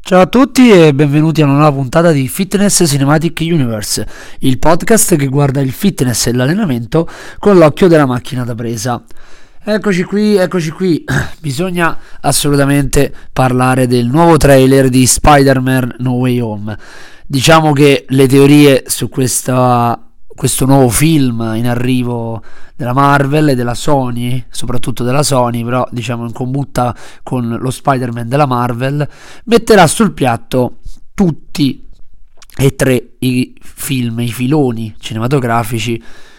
Ciao a tutti e benvenuti a una nuova puntata di Fitness Cinematic Universe, il podcast che guarda il fitness e l'allenamento con l'occhio della macchina da presa. Eccoci qui, bisogna assolutamente parlare del nuovo trailer di Spider-Man No Way Home. Diciamo che le teorie su questo nuovo film in arrivo della Marvel e della Sony, soprattutto della Sony, però diciamo in combutta con lo Spider-Man della Marvel, metterà sul piatto tutti e tre i film, i filoni cinematografici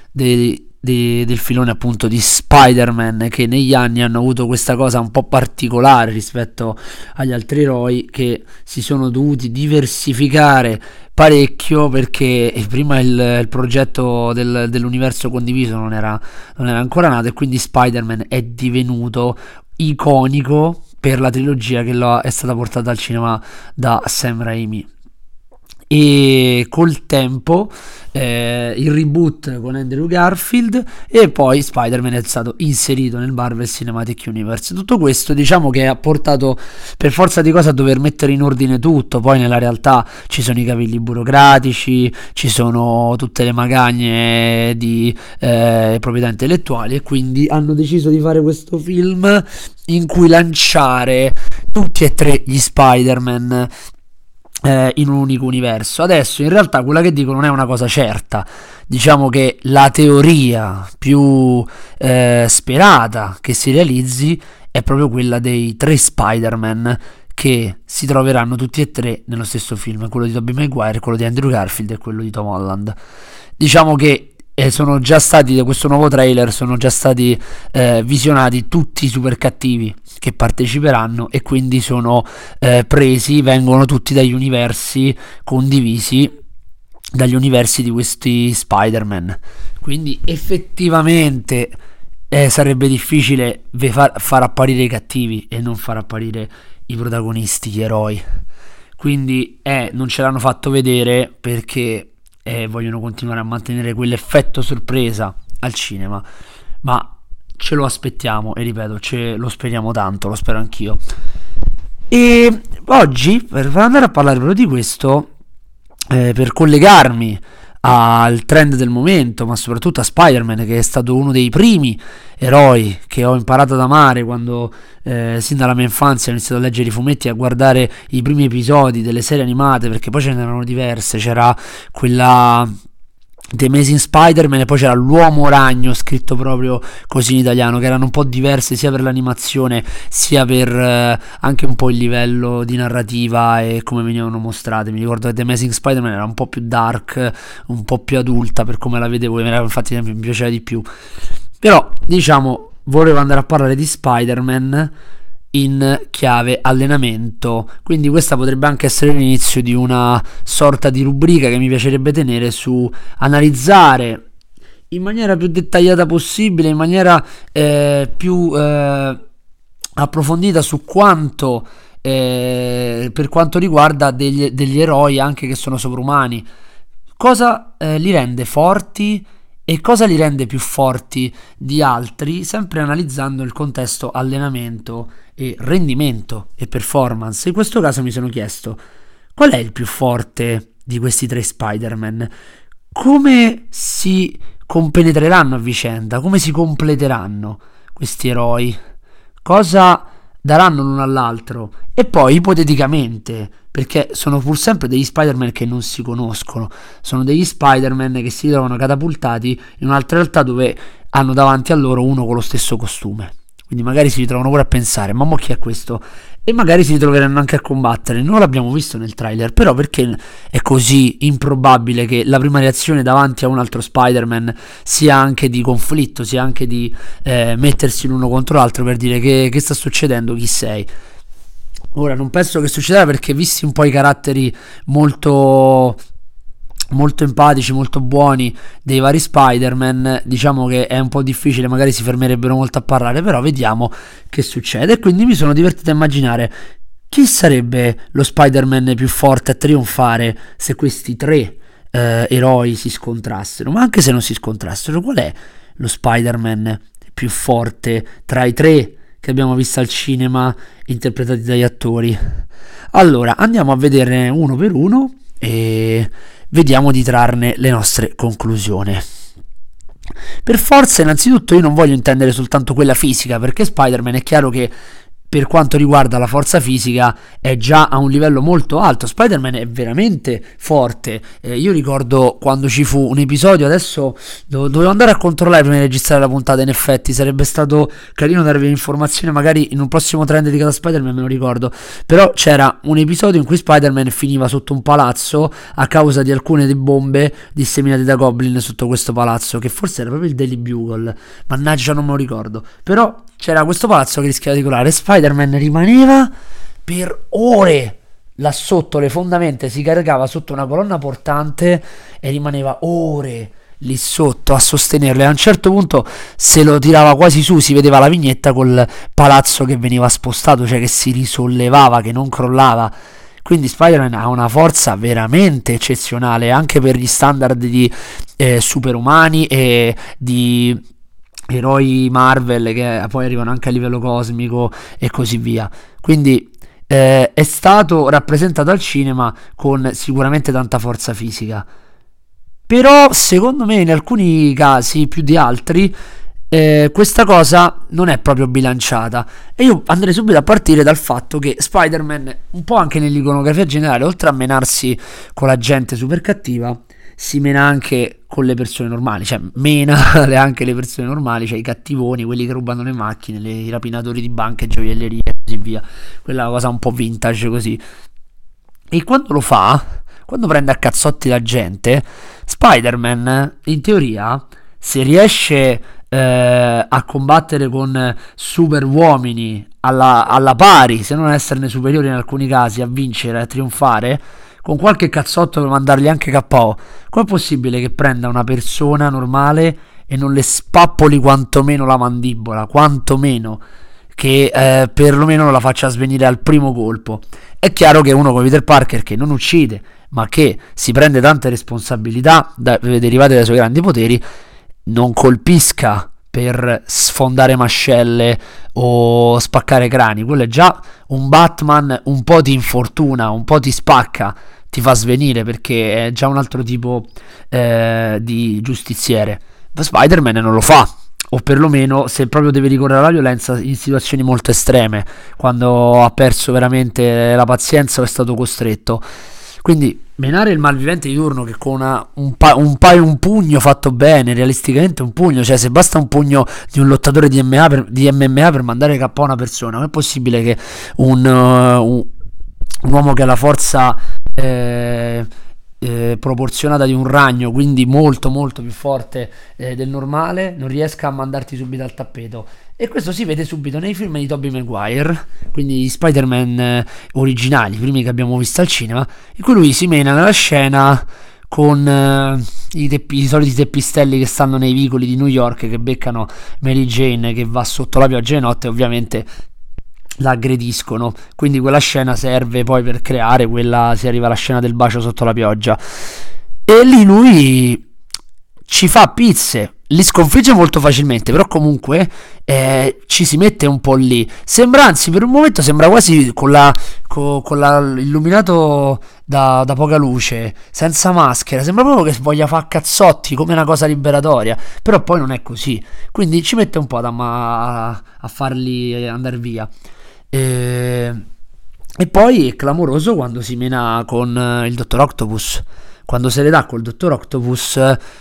del filone appunto di Spider-Man, che negli anni hanno avuto questa cosa un po' particolare rispetto agli altri eroi, che si sono dovuti diversificare parecchio, perché prima il progetto dell'universo condiviso non era ancora nato, e quindi Spider-Man è divenuto iconico per la trilogia che è stata portata al cinema da Sam Raimi. E col tempo il reboot con Andrew Garfield, e poi Spider-Man è stato inserito nel Marvel Cinematic Universe. Tutto questo diciamo che ha portato per forza di cose a dover mettere in ordine tutto. Poi nella realtà ci sono i cavilli burocratici, ci sono tutte le magagne di proprietà intellettuali, e quindi hanno deciso di fare questo film in cui lanciare tutti e tre gli Spider-Man in un unico universo. Adesso in realtà quella che dico non è una cosa certa. Diciamo che la teoria più sperata che si realizzi è proprio quella dei tre Spider-Man che si troveranno tutti e tre nello stesso film, quello di Tobey Maguire, quello di Andrew Garfield e quello di Tom Holland. Diciamo che sono già stati, da questo nuovo trailer sono già stati visionati tutti i super cattivi che parteciperanno, e quindi sono vengono tutti dagli universi condivisi, dagli universi di questi Spider-Man. Quindi effettivamente sarebbe difficile far apparire i cattivi e non far apparire i protagonisti, gli eroi. Quindi non ce l'hanno fatto vedere perché vogliono continuare a mantenere quell'effetto sorpresa al cinema, ma ce lo aspettiamo, e ripeto, lo speriamo tanto, lo spero anch'io. E oggi, per andare a parlare proprio di questo, per collegarmi al trend del momento, ma soprattutto a Spider-Man, che è stato uno dei primi eroi che ho imparato ad amare quando sin dalla mia infanzia ho iniziato a leggere i fumetti e a guardare i primi episodi delle serie animate, perché poi ce ne erano diverse. C'era quella The Amazing Spider-Man e poi c'era l'Uomo Ragno, scritto proprio così in italiano, che erano un po' diverse sia per l'animazione sia per anche un po' il livello di narrativa e come venivano mostrate. Mi ricordo che The Amazing Spider-Man era un po' più dark, un po' più adulta per come la vedevo, infatti mi piaceva di più. Però diciamo volevo andare a parlare di Spider-Man in chiave allenamento, quindi questa potrebbe anche essere l'inizio di una sorta di rubrica che mi piacerebbe tenere su analizzare in maniera più dettagliata possibile, in maniera più approfondita su quanto per quanto riguarda degli eroi anche che sono sovrumani, cosa li rende forti e cosa li rende più forti di altri, sempre analizzando il contesto allenamento e rendimento e performance. In questo caso mi sono chiesto: qual è il più forte di questi tre Spider-Man? Come si compenetreranno a vicenda? Come si completeranno questi eroi? Cosa daranno l'uno all'altro? E poi ipoteticamente, perché sono pur sempre degli Spider-Man che non si conoscono, sono degli Spider-Man che si trovano catapultati in un'altra realtà dove hanno davanti a loro uno con lo stesso costume, quindi magari si ritrovano pure a pensare: ma chi è questo? E magari si ritroveranno anche a combattere. Non l'abbiamo visto nel trailer, però perché è così improbabile che la prima reazione davanti a un altro Spider-Man sia anche di conflitto, sia anche di mettersi l'uno contro l'altro per dire che sta succedendo, chi sei? Ora non penso che succederà, perché visti un po' i caratteri molto empatici, molto buoni dei vari Spider-Man, diciamo che è un po' difficile, magari si fermerebbero molto a parlare, però vediamo che succede. E quindi mi sono divertito a immaginare chi sarebbe lo Spider-Man più forte a trionfare se questi tre eroi si scontrassero. Ma anche se non si scontrassero, qual è lo Spider-Man più forte tra i tre che abbiamo visto al cinema interpretati dagli attori? Allora, andiamo a vedere uno per uno e vediamo di trarne le nostre conclusioni. Per forza, innanzitutto, io non voglio intendere soltanto quella fisica, perché Spider-Man è chiaro che per quanto riguarda la forza fisica è già a un livello molto alto. Spider-Man è veramente forte. Io ricordo quando ci fu un episodio, adesso dovevo andare a controllare prima di registrare la puntata, in effetti sarebbe stato carino darvi l'informazione magari in un prossimo trend dedicato a Spider-Man, me lo ricordo. Però c'era un episodio in cui Spider-Man finiva sotto un palazzo a causa di alcune bombe disseminate da Goblin sotto questo palazzo, che forse era proprio il Daily Bugle, mannaggia non me lo ricordo. Però c'era questo palazzo che rischiava di colare. Spider-Man rimaneva per ore là sotto le fondamenta, si caricava sotto una colonna portante e rimaneva ore lì sotto a sostenerlo, e a un certo punto se lo tirava quasi su, si vedeva la vignetta col palazzo che veniva spostato, cioè che si risollevava, che non crollava. Quindi Spider-Man ha una forza veramente eccezionale anche per gli standard di superumani e di eroi Marvel che poi arrivano anche a livello cosmico e così via. Quindi è stato rappresentato al cinema con sicuramente tanta forza fisica, però secondo me in alcuni casi più di altri questa cosa non è proprio bilanciata, e io andrei subito a partire dal fatto che Spider-Man, un po' anche nell'iconografia generale, oltre a menarsi con la gente super cattiva, si mena anche con le persone normali, cioè mena anche le persone normali, cioè i cattivoni, quelli che rubano le macchine, i rapinatori di banche, gioiellerie e così via, quella cosa un po' vintage così. E quando lo fa, quando prende a cazzotti la gente, Spider-Man in teoria, se riesce a combattere con super uomini alla pari, se non esserne superiori in alcuni casi, a vincere, a trionfare, con qualche cazzotto per mandarli anche KO, com'è possibile che prenda una persona normale e non le spappoli quantomeno la mandibola, quantomeno che perlomeno non la faccia svenire al primo colpo? È chiaro che uno come Peter Parker, che non uccide ma che si prende tante responsabilità derivate dai suoi grandi poteri, non colpisca per sfondare mascelle o spaccare crani. Quello è già un Batman, un po' ti infortuna, un po' ti spacca, ti fa svenire, perché è già un altro tipo di giustiziere. Ma Spider-Man non lo fa, o perlomeno se proprio deve ricorrere alla violenza in situazioni molto estreme, quando ha perso veramente la pazienza o è stato costretto. Quindi menare il malvivente di turno, che con un pugno fatto bene, realisticamente un pugno, cioè se basta un pugno di un lottatore di MMA per mandare KO una persona, non è possibile che un uomo che ha la forza proporzionata di un ragno, quindi molto molto più forte del normale, non riesca a mandarti subito al tappeto. E questo si vede subito nei film di Tobey Maguire, quindi gli Spider-Man originali, i primi che abbiamo visto al cinema, in cui lui si mena nella scena con i soliti teppistelli che stanno nei vicoli di New York, che beccano Mary Jane che va sotto la pioggia di notte, e ovviamente la aggrediscono. Quindi quella scena serve poi per creare quella, si arriva alla scena del bacio sotto la pioggia, e lì lui ci fa pizze, li sconfigge molto facilmente, però comunque ci si mette un po' lì. Sembra, anzi, per un momento sembra quasi con illuminato da poca luce, senza maschera, sembra proprio che voglia fare cazzotti come una cosa liberatoria, però poi non è così, quindi ci mette un po' a farli andare via. E poi è clamoroso quando si mena con il Dottor Octopus, quando se le dà col Dottor Octopus,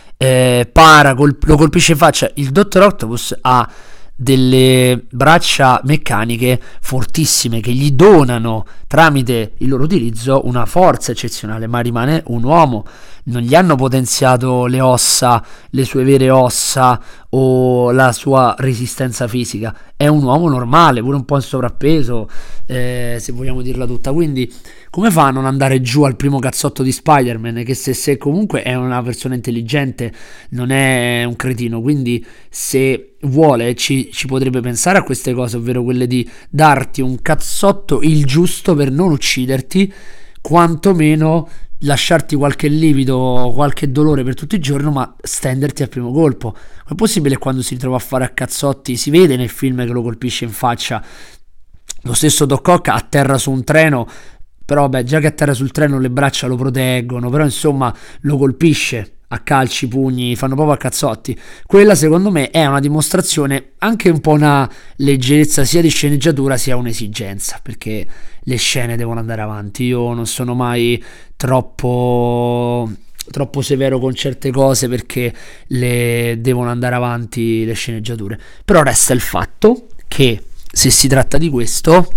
lo colpisce in faccia. Il Dottor Octopus ha delle braccia meccaniche fortissime che gli donano, tramite il loro utilizzo, una forza eccezionale, ma rimane un uomo. Non gli hanno potenziato le ossa, le sue vere ossa o la sua resistenza fisica. È un uomo normale, pure un po' in sovrappeso, se vogliamo dirla tutta. Quindi come fa a non andare giù al primo cazzotto di Spider-Man, che se comunque è una persona intelligente, non è un cretino, quindi se vuole ci potrebbe pensare a queste cose, ovvero quelle di darti un cazzotto il giusto per non ucciderti, quantomeno lasciarti qualche livido, qualche dolore per tutto il giorno, ma stenderti al primo colpo. È possibile quando si ritrova a fare a cazzotti, si vede nel film che lo colpisce in faccia, lo stesso Doc Ock atterra su un treno però vabbè, già che atterra sul treno le braccia lo proteggono, però insomma lo colpisce a calci, pugni, fanno proprio a cazzotti. Quella secondo me è una dimostrazione, anche un po' una leggerezza sia di sceneggiatura sia un'esigenza, perché le scene devono andare avanti. Io non sono mai troppo severo con certe cose perché le devono andare avanti le sceneggiature. Però resta il fatto che se si tratta di questo,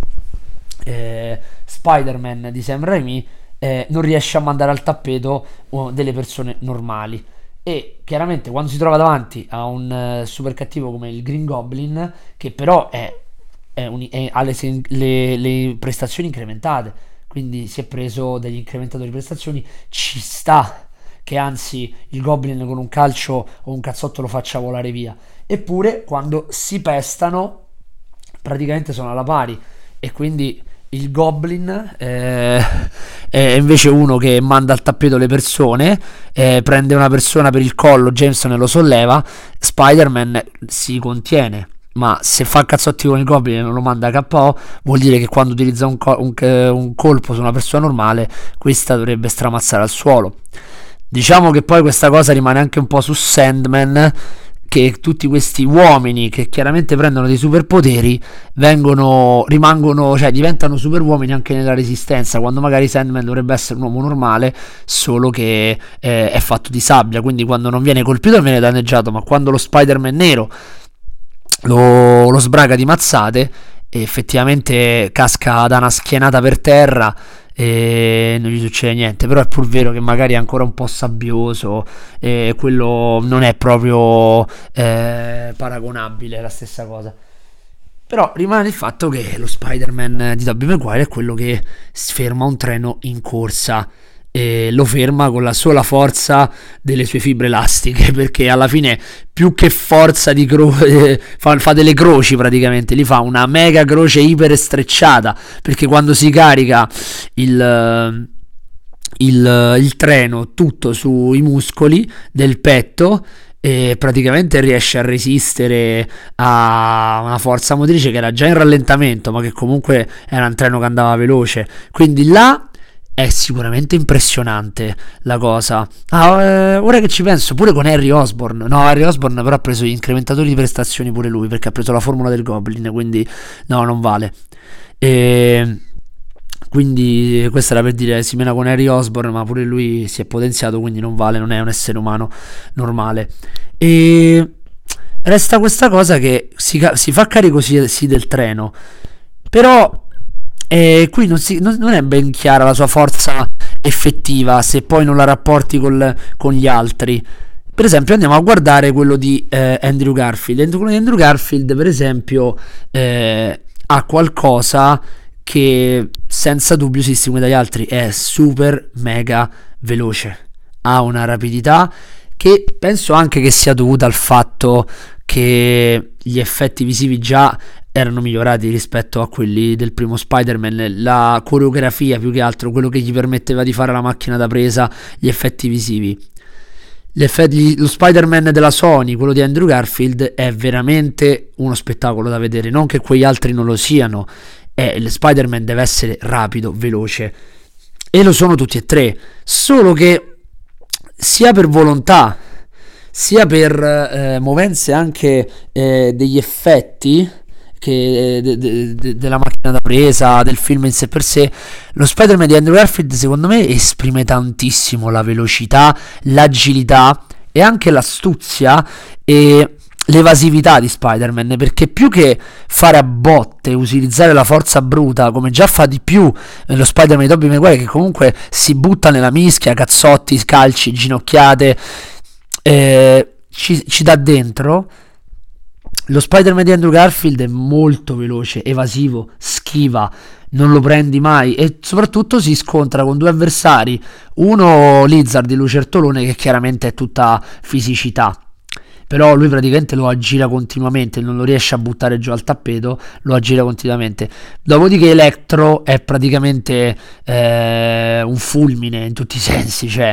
Spider-Man di Sam Raimi non riesce a mandare al tappeto delle persone normali, e chiaramente quando si trova davanti a un super cattivo come il Green Goblin, che però ha le prestazioni incrementate, quindi si è preso degli incrementatori di prestazioni, ci sta che anzi il Goblin con un calcio o un cazzotto lo faccia volare via, eppure quando si pestano praticamente sono alla pari, e quindi il Goblin è invece uno che manda al tappeto le persone, prende una persona per il collo, Jameson lo solleva, Spider-Man si contiene, ma se fa cazzotti con il Goblin e non lo manda a KO, vuol dire che quando utilizza un colpo su una persona normale, questa dovrebbe stramazzare al suolo. Diciamo che poi questa cosa rimane anche un po' su Sandman, che tutti questi uomini che chiaramente prendono dei superpoteri rimangono, cioè diventano super uomini anche nella resistenza, quando magari Sandman dovrebbe essere un uomo normale, solo che è fatto di sabbia, quindi quando non viene colpito non viene danneggiato, ma quando lo Spider-Man nero lo sbraga di mazzate, e effettivamente casca da una schienata per terra e non gli succede niente. Però è pur vero che magari è ancora un po' sabbioso, e quello non è proprio paragonabile la stessa cosa. Però rimane il fatto che lo Spider-Man di Tobey Maguire è quello che ferma un treno in corsa, e lo ferma con la sola forza delle sue fibre elastiche, perché alla fine più che forza di fa delle croci, praticamente li fa una mega croce iper estrecciata, perché quando si carica il treno tutto sui muscoli del petto, e praticamente riesce a resistere a una forza motrice che era già in rallentamento, ma che comunque era un treno che andava veloce, quindi là è sicuramente impressionante la cosa. Ora che ci penso, pure con Harry Osborn. No, Harry Osborn però ha preso gli incrementatori di prestazioni pure lui, perché ha preso la formula del Goblin, quindi no, non vale. Quindi questo era per dire, si mena con Harry Osborn, ma pure lui si è potenziato, quindi non vale, non è un essere umano normale. E resta questa cosa che si fa carico sì del treno, però qui non è ben chiara la sua forza effettiva, se poi non la rapporti con gli altri. Per esempio andiamo a guardare quello di Andrew Garfield. Quello di Andrew Garfield per esempio ha qualcosa che senza dubbio si distingue dagli altri: è super mega veloce, ha una rapidità che penso anche che sia dovuta al fatto che gli effetti visivi già erano migliorati rispetto a quelli del primo Spider-Man, la coreografia più che altro, quello che gli permetteva di fare la macchina da presa, gli effetti visivi. Lo Spider-Man della Sony, quello di Andrew Garfield, è veramente uno spettacolo da vedere, non che quegli altri non lo siano. Lo Spider-Man deve essere rapido, veloce, e lo sono tutti e tre, solo che sia per volontà sia per movenze anche degli effetti della macchina da presa, del film in sé per sé, lo Spider-Man di Andrew Garfield secondo me esprime tantissimo la velocità, l'agilità e anche l'astuzia e l'evasività di Spider-Man, perché più che fare a botte, utilizzare la forza bruta come già fa di più lo Spider-Man di Tobey Maguire, che comunque si butta nella mischia, cazzotti, calci, ginocchiate, ci dà dentro. Lo Spider-Man di Andrew Garfield è molto veloce, evasivo, schiva, non lo prendi mai, e soprattutto si scontra con due avversari, uno Lizard, il lucertolone, che chiaramente è tutta fisicità, però lui praticamente lo aggira continuamente, non lo riesce a buttare giù al tappeto, lo aggira continuamente. Dopodiché Electro è praticamente un fulmine in tutti i sensi, cioè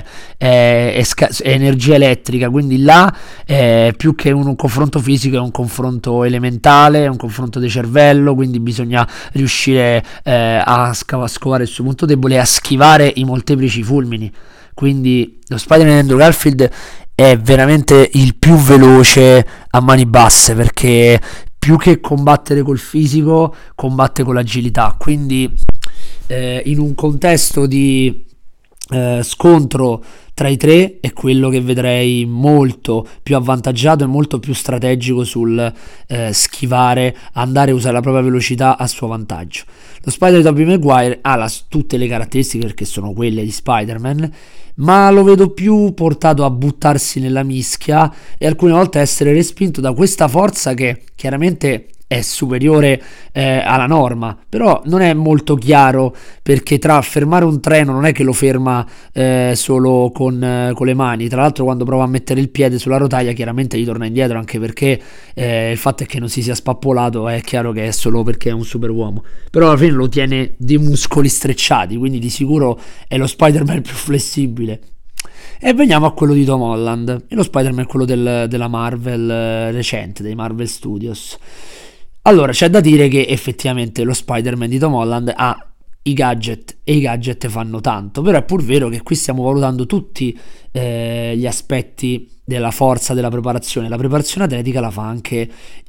è energia elettrica, quindi là più che un confronto fisico è un confronto elementale, è un confronto di cervello, quindi bisogna riuscire a scovare il suo punto debole e a schivare i molteplici fulmini. Quindi lo Spider-Man di Andrew Garfield è veramente il più veloce a mani basse, perché più che combattere col fisico combatte con l'agilità, quindi in un contesto di scontro tra i tre è quello che vedrei molto più avvantaggiato e molto più strategico sul schivare, andare a usare la propria velocità a suo vantaggio. Lo Spider di Tobey Maguire ha tutte le caratteristiche perché sono quelle di Spider-Man, ma lo vedo più portato a buttarsi nella mischia e alcune volte essere respinto da questa forza che chiaramente è superiore alla norma, però non è molto chiaro, perché tra fermare un treno non è che lo ferma solo con le mani. Tra l'altro quando prova a mettere il piede sulla rotaia chiaramente gli torna indietro, anche perché il fatto è che non si sia spappolato, è chiaro che è solo perché è un superuomo, però alla fine lo tiene dei muscoli strecciati, quindi di sicuro è lo Spider-Man più flessibile. E veniamo a quello di Tom Holland, e lo Spider-Man è quello della Marvel recente, dei Marvel Studios. Allora, c'è da dire che effettivamente lo Spider-Man di Tom Holland ha i gadget, e i gadget fanno tanto, però è pur vero che qui stiamo valutando tutti gli aspetti della forza, della preparazione. La preparazione atletica la fa anche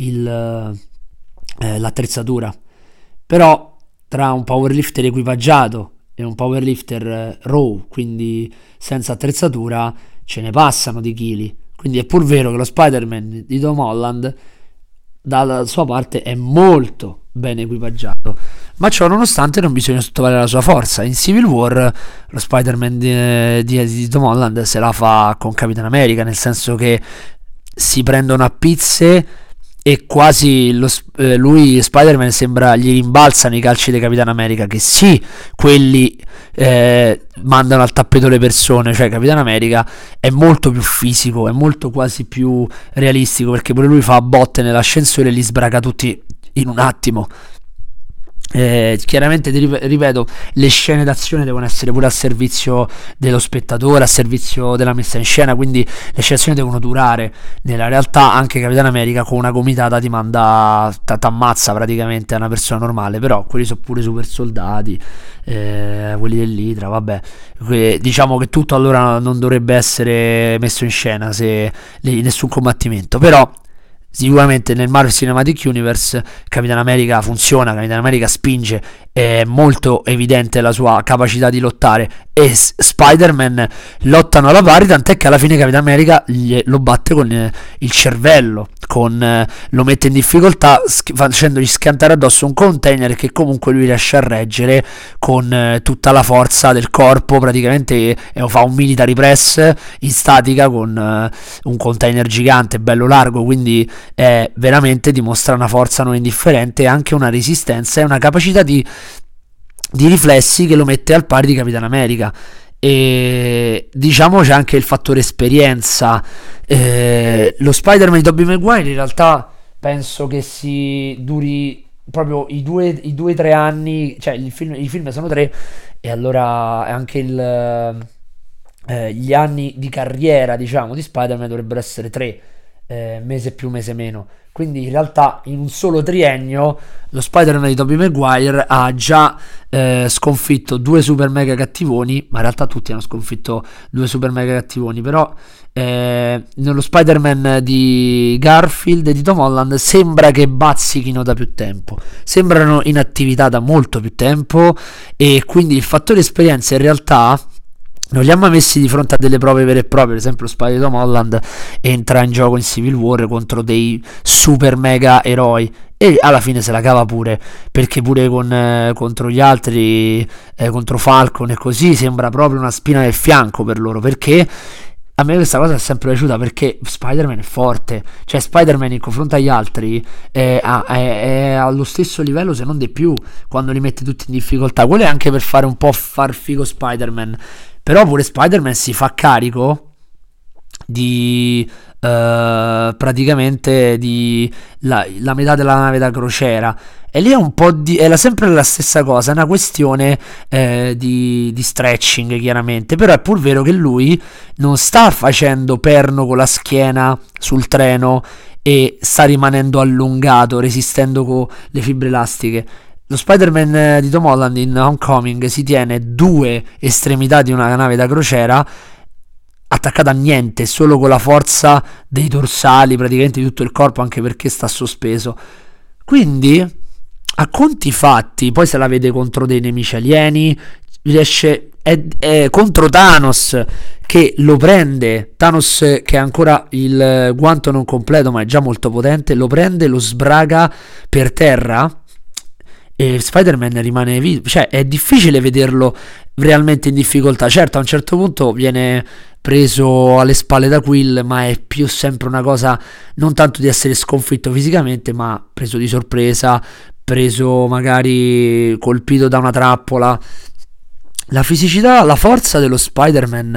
l'attrezzatura, però tra un powerlifter equipaggiato e un powerlifter raw, quindi senza attrezzatura, ce ne passano di chili. Quindi è pur vero che lo Spider-Man di Tom Holland dalla sua parte è molto ben equipaggiato, ma ciò nonostante non bisogna sottovalutare la sua forza. In Civil War lo Spider-Man di Tom Holland se la fa con Capitan America, nel senso che si prendono a pizze e quasi lui Spider-Man sembra gli rimbalzano i calci di Capitan America, che sì, quelli mandano al tappeto le persone, cioè Capitan America è molto più fisico, è molto quasi più realistico, perché pure lui fa a botte nell'ascensore e li sbraca tutti in un attimo. Chiaramente ripeto, le scene d'azione devono essere pure a servizio dello spettatore, a servizio della messa in scena, quindi le scene d'azione devono durare. Nella realtà anche Capitan America con una gomitata ti manda, t'ammazza praticamente a una persona normale, però quelli sono pure super soldati, quelli dell'Hydra, vabbè, diciamo che tutto allora non dovrebbe essere messo in scena, se nessun combattimento, però sicuramente nel Marvel Cinematic Universe Capitan America funziona, Capitan America spinge, è molto evidente la sua capacità di lottare, e Spider-Man lottano alla pari, tant'è che alla fine Capitan America lo batte con il cervello, lo mette in difficoltà facendogli schiantare addosso un container che comunque lui riesce a reggere con tutta la forza del corpo, praticamente fa un military press in statica con un container gigante bello largo, quindi veramente dimostra una forza non indifferente e anche una resistenza e una capacità di riflessi che lo mette al pari di Capitan America. E diciamo c'è anche il fattore esperienza. Lo Spider-Man di Tobey Maguire in realtà penso che si duri proprio i 2-3 anni, cioè i film sono 3, e allora anche gli anni di carriera, diciamo, di Spider-Man dovrebbero essere 3, mese più mese meno. Quindi in realtà in un solo triennio lo Spider-Man di Tobey Maguire ha già sconfitto 2 super mega cattivoni, ma in realtà tutti hanno sconfitto 2 super mega cattivoni, però nello Spider-Man di Garfield e di Tom Holland sembra che bazzichino da più tempo, sembrano in attività da molto più tempo, e quindi il fattore esperienza in realtà non li ha mai messi di fronte a delle prove vere e proprie. Per esempio lo Spider di Tom Holland entra in gioco in Civil War contro dei super mega eroi e alla fine se la cava pure, perché pure contro gli altri, contro Falcon e così, sembra proprio una spina nel fianco per loro, perché a me questa cosa è sempre piaciuta, perché Spider-Man è forte, cioè Spider-Man in confronto agli altri è allo stesso livello, se non di più, quando li mette tutti in difficoltà. Quello è anche per fare un po' far figo Spider-Man, però pure Spider-Man si fa carico di praticamente di la metà della nave da crociera. E lì è un po' sempre la stessa cosa, è una questione di stretching chiaramente, però è pur vero che lui non sta facendo perno con la schiena sul treno e sta rimanendo allungato, resistendo con le fibre elastiche. Lo Spider-Man di Tom Holland in Homecoming si tiene due estremità di una nave da crociera attaccata a niente, solo con la forza dei dorsali, praticamente di tutto il corpo, anche perché sta sospeso. Quindi, a conti fatti, poi se la vede contro dei nemici alieni, riesce è contro Thanos che lo prende, Thanos che ha ancora il guanto non completo ma è già molto potente, lo prende, lo sbraga per terra e Spider-Man rimane vivo. Cioè è difficile vederlo realmente in difficoltà. Certo, a un certo punto viene preso alle spalle da Quill, ma è più sempre una cosa non tanto di essere sconfitto fisicamente, ma preso di sorpresa, preso magari colpito da una trappola. La fisicità, la forza dello Spider-Man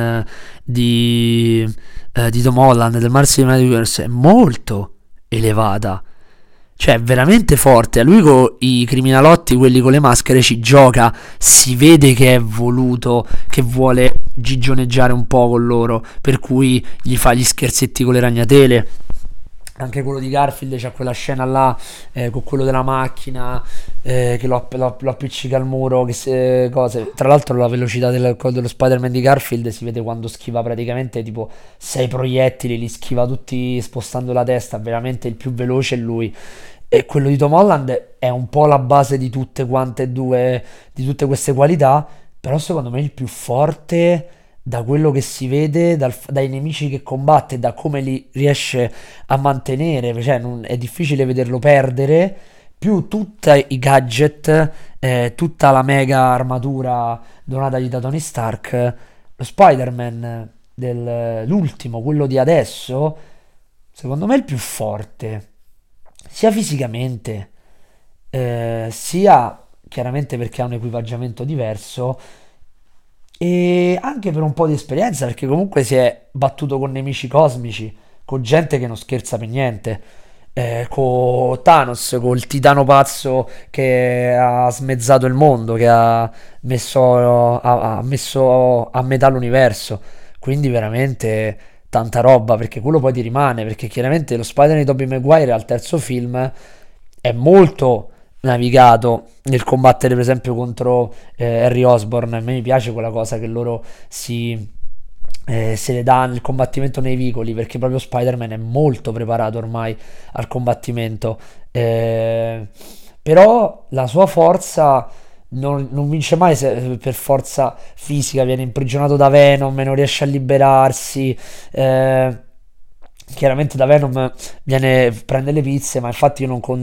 di Tom Holland, del Marvel Cinematic Universe, è molto elevata. Cioè, è veramente forte. A lui con i criminalotti, quelli con le maschere, ci gioca. Si vede che è voluto, che vuole gigioneggiare un po' con loro. Per cui gli fa gli scherzetti con le ragnatele. Anche quello di Garfield c'è quella scena là con quello della macchina che lo appiccica al muro. Cose. Tra l'altro, la velocità dello Spider-Man di Garfield si vede quando schiva praticamente tipo 6 proiettili, li schiva tutti spostando la testa. Veramente il più veloce è lui. E quello di Tom Holland è un po' la base di tutte quante e due, di tutte queste qualità. Però secondo me il più forte, da quello che si vede, dai nemici che combatte, da come li riesce a mantenere, cioè è difficile vederlo perdere, più tutti i gadget, tutta la mega armatura donatagli da Tony Stark, lo Spider-Man dell'ultimo, quello di adesso, secondo me è il più forte, sia fisicamente, sia chiaramente perché ha un equipaggiamento diverso e anche per un po' di esperienza, perché comunque si è battuto con nemici cosmici, con gente che non scherza per niente. Con Thanos, col titano pazzo che ha smezzato il mondo, che ha messo a metà l'universo. Quindi veramente tanta roba, perché quello poi ti rimane, perché chiaramente lo Spider-Man di Tobey Maguire al terzo film è molto navigato nel combattere per esempio contro Harry Osborn. A me mi piace quella cosa che loro se le dà nel combattimento nei vicoli, perché proprio Spider-Man è molto preparato ormai al combattimento. Però la sua forza non vince mai per forza fisica, viene imprigionato da Venom e non riesce a liberarsi. Chiaramente da Venom prende le pizze, ma infatti io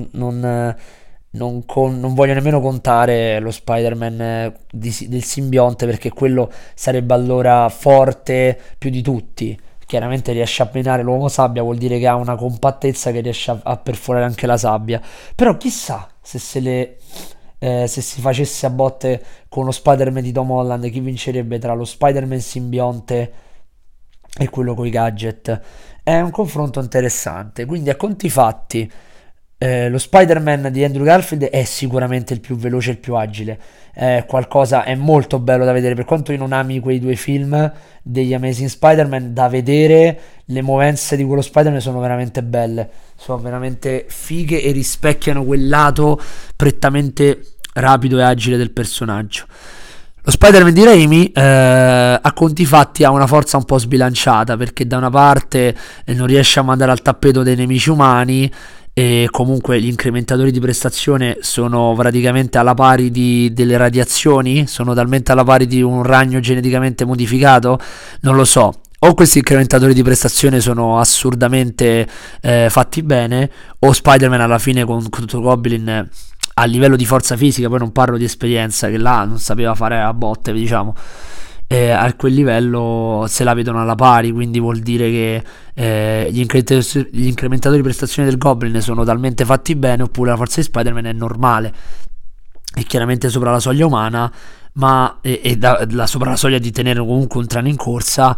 non voglio nemmeno contare lo Spider-Man del simbionte, perché quello sarebbe allora forte più di tutti. Chiaramente riesce a minare l'uomo sabbia, vuol dire che ha una compattezza che riesce a perforare anche la sabbia. Però chissà se si facesse a botte con lo Spider-Man di Tom Holland, chi vincerebbe tra lo Spider-Man simbionte e quello coi gadget. È un confronto interessante. Quindi a conti fatti lo Spider-Man di Andrew Garfield è sicuramente il più veloce e il più agile. È molto bello da vedere. Per quanto io non ami quei due film degli Amazing Spider-Man, da vedere le movenze di quello Spider-Man sono veramente belle, sono veramente fighe e rispecchiano quel lato prettamente rapido e agile del personaggio. Lo Spider-Man di Raimi a conti fatti ha una forza un po' sbilanciata, perché da una parte non riesce a mandare al tappeto dei nemici umani, e comunque gli incrementatori di prestazione sono praticamente alla pari delle radiazioni, sono talmente alla pari di un ragno geneticamente modificato, non lo so. O questi incrementatori di prestazione sono assurdamente fatti bene, o Spider-Man alla fine contro Goblin a livello di forza fisica, poi non parlo di esperienza, che là non sapeva fare a botte, diciamo, a quel livello se la vedono alla pari, quindi vuol dire che gli incrementatori di prestazione del Goblin sono talmente fatti bene, oppure la forza di Spider-Man è normale, è chiaramente sopra la soglia umana, ma sopra la soglia di tenere comunque un treno in corsa,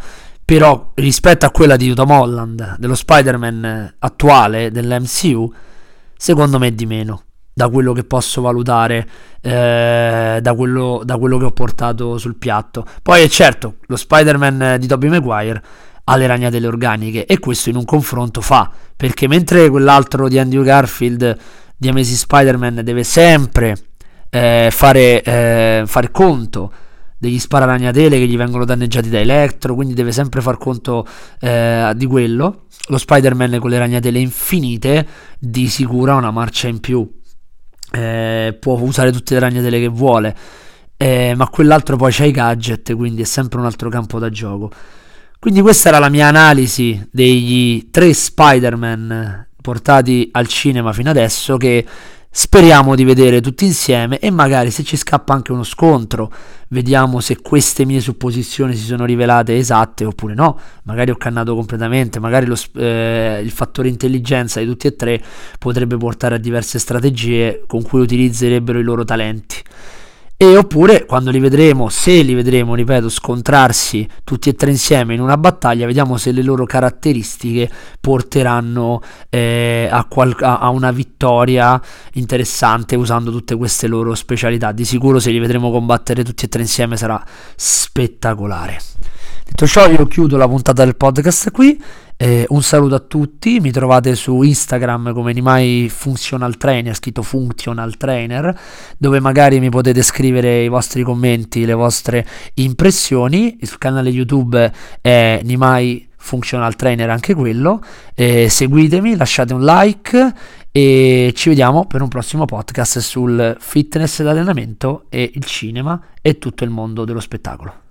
però rispetto a quella di Tom Holland, dello Spider-Man attuale dell'MCU, secondo me è di meno, da quello che posso valutare, da quello che ho portato sul piatto. Poi è certo, lo Spider-Man di Tobey Maguire ha le ragnatele organiche, e questo in un confronto fa, perché mentre quell'altro di Andrew Garfield di Amazing Spider-Man deve sempre fare conto degli spararagnatele che gli vengono danneggiati da Electro, quindi deve sempre far conto di quello. Lo Spider-Man con le ragnatele infinite di sicuro ha una marcia in più, può usare tutte le ragnatele che vuole, ma quell'altro poi c'ha i gadget, quindi è sempre un altro campo da gioco. Quindi questa era la mia analisi degli 3 Spider-Man portati al cinema fino adesso, che speriamo di vedere tutti insieme, e magari se ci scappa anche uno scontro vediamo se queste mie supposizioni si sono rivelate esatte oppure no. Magari ho cannato completamente, magari il fattore intelligenza di tutti e 3 potrebbe portare a diverse strategie con cui utilizzerebbero i loro talenti. E oppure quando li vedremo, se li vedremo, ripeto, scontrarsi tutti e 3 insieme in una battaglia, vediamo se le loro caratteristiche porteranno a una vittoria interessante usando tutte queste loro specialità. Di sicuro se li vedremo combattere tutti e 3 insieme sarà spettacolare. Detto ciò, io chiudo la puntata del podcast qui. Un saluto a tutti, mi trovate su Instagram come Nimai Functional Trainer, scritto Functional Trainer, dove magari mi potete scrivere i vostri commenti, le vostre impressioni. Sul canale YouTube è Nimai Functional Trainer anche quello. Seguitemi, lasciate un like e ci vediamo per un prossimo podcast sul fitness ed allenamento e il cinema e tutto il mondo dello spettacolo.